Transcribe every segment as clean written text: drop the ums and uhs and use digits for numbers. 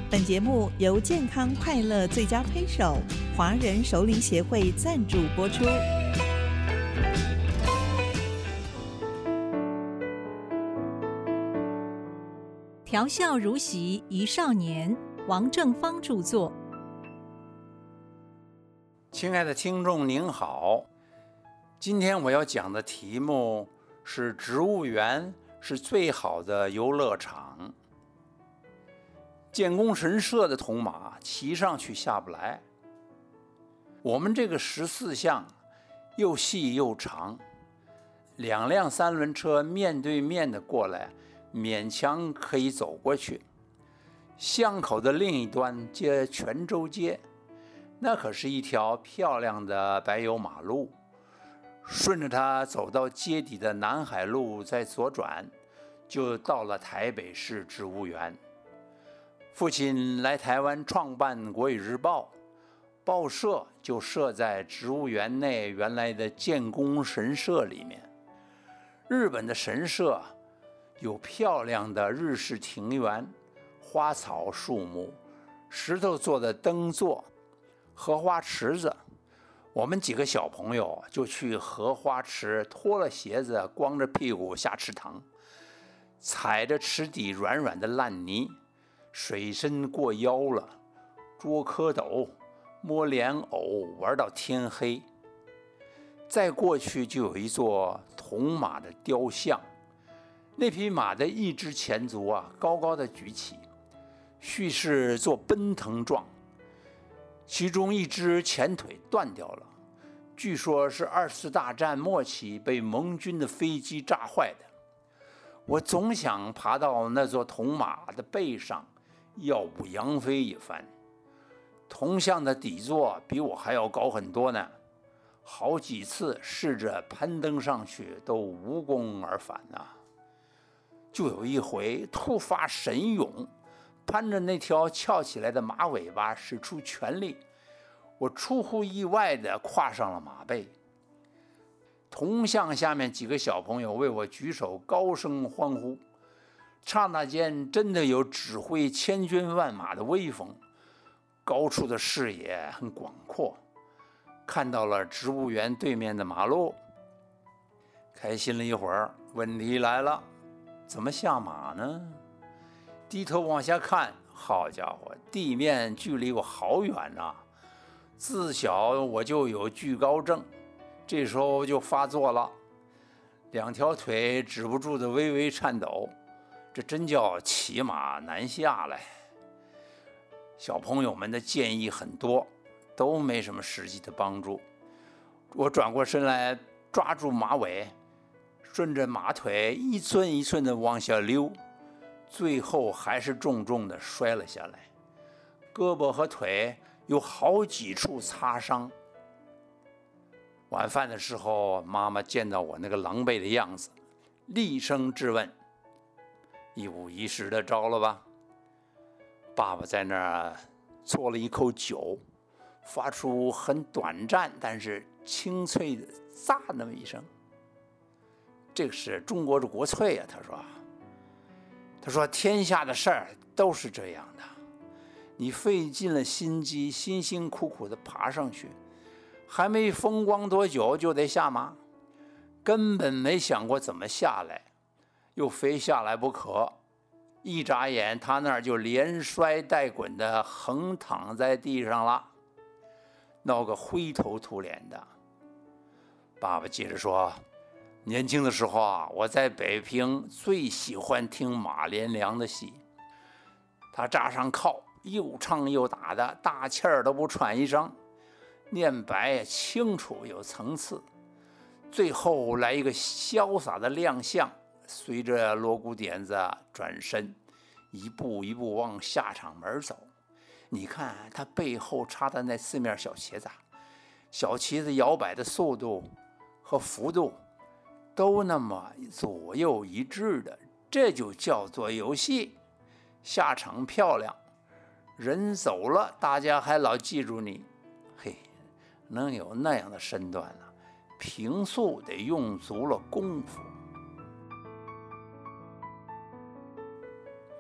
本节目由健康快乐最佳推手华人熟龄协会赞助播出。调笑如席一少年，王正芳著作。 亲爱的听众您好，今天我要讲的题目是植物园是最好的游乐场。建功神社的铜马骑上去下不来，我们这个14巷又细又长，2辆3轮车面对面的过来，勉强可以走过去。巷口的另一端接泉州街，那可是一条漂亮的柏油马路，顺着它走到街底的南海路再左转，就到了台北市植物园。父亲来台湾创办国语日报，报社就设在植物园内原来的建功神社里面。日本的神社有漂亮的日式庭园，花草树木，石头做的灯座，荷花池子。我们几个小朋友就去荷花池，脱了鞋子，光着屁股下池塘，踩着池底软软的烂泥，水深过腰了，捉蝌蚪，摸莲藕，玩到天黑。再过去就有一座铜马的雕像，那匹马的一只前足高高的举起，蓄势做奔腾状，其中一只前腿断掉了，据说是2次大战末期被盟军的飞机炸坏的。我总想爬到那座铜马的背上，耀武扬飞一番。铜像的底座比我还要高很多呢，好几次试着攀登上去都无功而返啊。就有一回突发神勇，攀着那条翘起来的马尾巴使出全力，我出乎意外地跨上了马背。铜像下面几个小朋友为我举手高声欢呼，刹那间真的有指挥千军万马的威风。高处的视野很广阔，看到了植物园对面的马路，开心了一会儿。问题来了，怎么下马呢？低头往下看，好家伙，地面距离我好远啊！自小我就有惧高症，这时候就发作了，2条腿止不住的微微颤抖，这真叫骑马难下来。小朋友们的建议很多，都没什么实际的帮助。我转过身来，抓住马尾，顺着马腿一寸一寸的往下溜，最后还是重重的摔了下来，胳膊和腿有好几处擦伤。晚饭的时候，妈妈见到我那个狼狈的样子，厉声质问：一五一十的招了吧？爸爸在那儿啜了一口酒，发出很短暂但是清脆的咂那么一声。这个是中国的国粹啊，他说天下的事儿都是这样的，你费尽了心机，辛辛苦苦的爬上去，还没风光多久就得下马，根本没想过怎么下来，又非下来不可。一眨眼他那儿就连摔带滚的横躺在地上了，闹个灰头土脸的。爸爸接着说，年轻的时候我在北平最喜欢听马连良的戏，他扎上靠，又唱又打的，大气儿都不喘一声，念白清楚有层次，最后来一个潇洒的亮相，随着锣鼓点子转身，一步一步往下场门走。你看他背后插的那4面小旗子，小旗子摇摆的速度和幅度都那么左右一致的，这就叫做游戏。下场漂亮，人走了，大家还老记住你。嘿，能有那样的身段呢，平素得用足了功夫。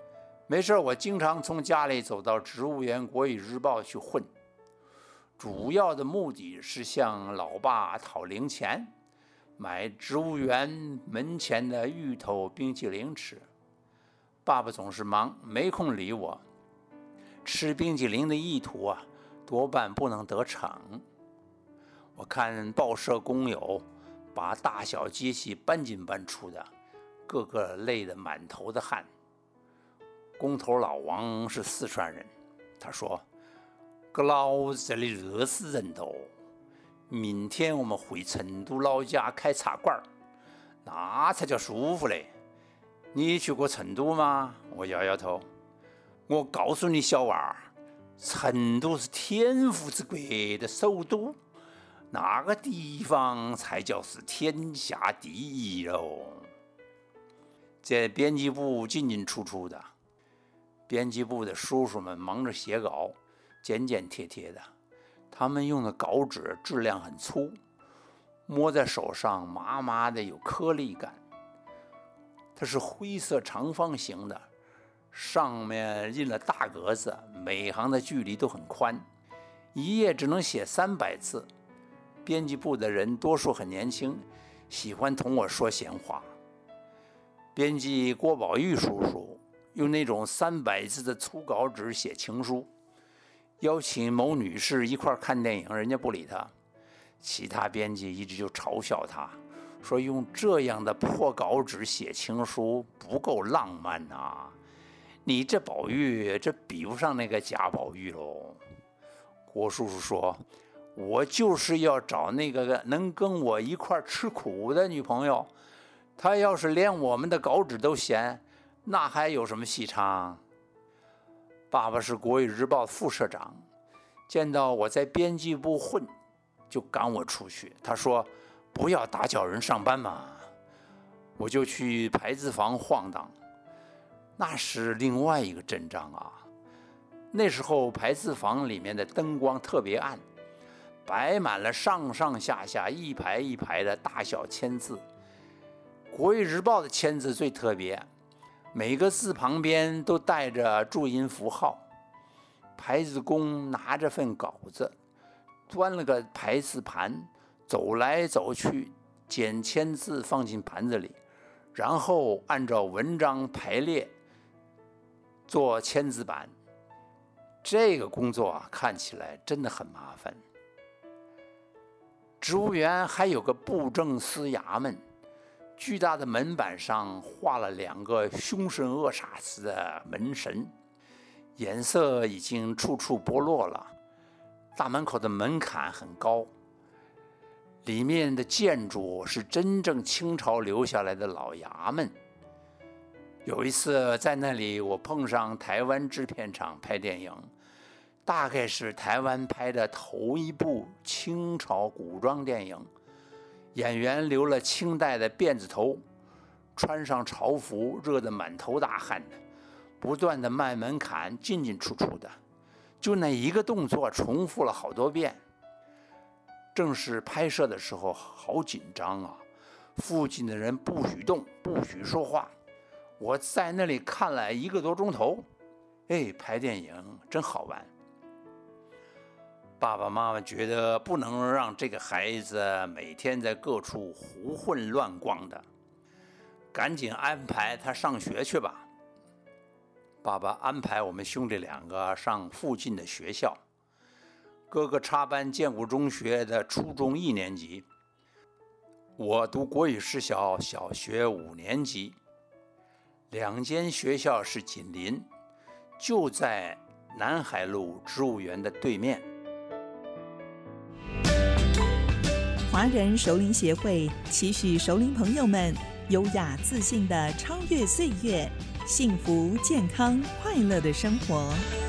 没事，我经常从家里走到植物园国语日报去混，主要的目的是向老爸讨零钱，买植物园门前的芋头冰淇淋吃。爸爸总是忙，没空理我。吃冰淇淋的意图啊，多半不能得逞。我看报社工友把大小机器搬进搬出的，个个累得满头的汗。工头老王是四川人，他说：“个老子这里热死人了，明天我们回成都老家开茶馆，那才叫舒服嘞。你去过成都吗？”我摇摇头。我告诉你小娃，成都是天府之国的首都，那个地方才叫是天下第一喽。在编辑部进进出出的，编辑部的叔叔们忙着写稿，剪剪贴贴的。他们用的稿纸质量很粗，摸在手上麻麻的，有颗粒感。它是灰色长方形的，上面印了大格子，每行的距离都很宽，一页只能写300字。编辑部的人多数很年轻，喜欢同我说闲话。编辑郭宝玉叔叔用那种300字的粗稿纸写情书，邀请某女士一块看电影，人家不理他。其他编辑一直就嘲笑他，说用这样的破稿纸写情书不够浪漫啊，你这宝玉这比不上那个贾宝玉喽。郭叔叔说，我就是要找那个能跟我一块吃苦的女朋友，她要是连我们的稿纸都嫌，那还有什么戏唱？爸爸是国语日报副社长，见到我在编辑部混，就赶我出去。他说，不要打搅人上班嘛。我就去排字房晃荡，那是另外一个阵仗啊。那时候排字房里面的灯光特别暗，摆满了上上下下一排一排的大小签字。国语日报的签字最特别，每个字旁边都带着注音符号。排字工拿着份稿子，端了个排字盘，走来走去，捡签字放进盘子里，然后按照文章排列做签字板。这个工作啊，看起来真的很麻烦。植物园还有个布政司衙门，巨大的门板上画了2个凶神恶煞似的门神，颜色已经处处剥落了。大门口的门槛很高，里面的建筑是真正清朝留下来的老衙门。有一次在那里，我碰上台湾制片厂拍电影，大概是台湾拍的头一部清朝古装电影。演员留了清代的辫子头，穿上朝服，热得满头大汗的，不断的迈门槛，进进出出的，就那一个动作重复了好多遍。正是拍摄的时候好紧张啊，附近的人不许动，不许说话。我在那里看了1个多钟头，拍电影真好玩。爸爸妈妈觉得不能让这个孩子每天在各处胡混乱逛的，赶紧安排他上学去吧。爸爸安排我们兄弟2个上附近的学校，哥哥插班建国中学的初中1年级，我读国语实小小学5年级。2间学校是紧邻，就在南海路植物园的对面。 华人熟龄协会期许熟龄朋友们优雅自信地超越岁月，幸福健康快乐的生活。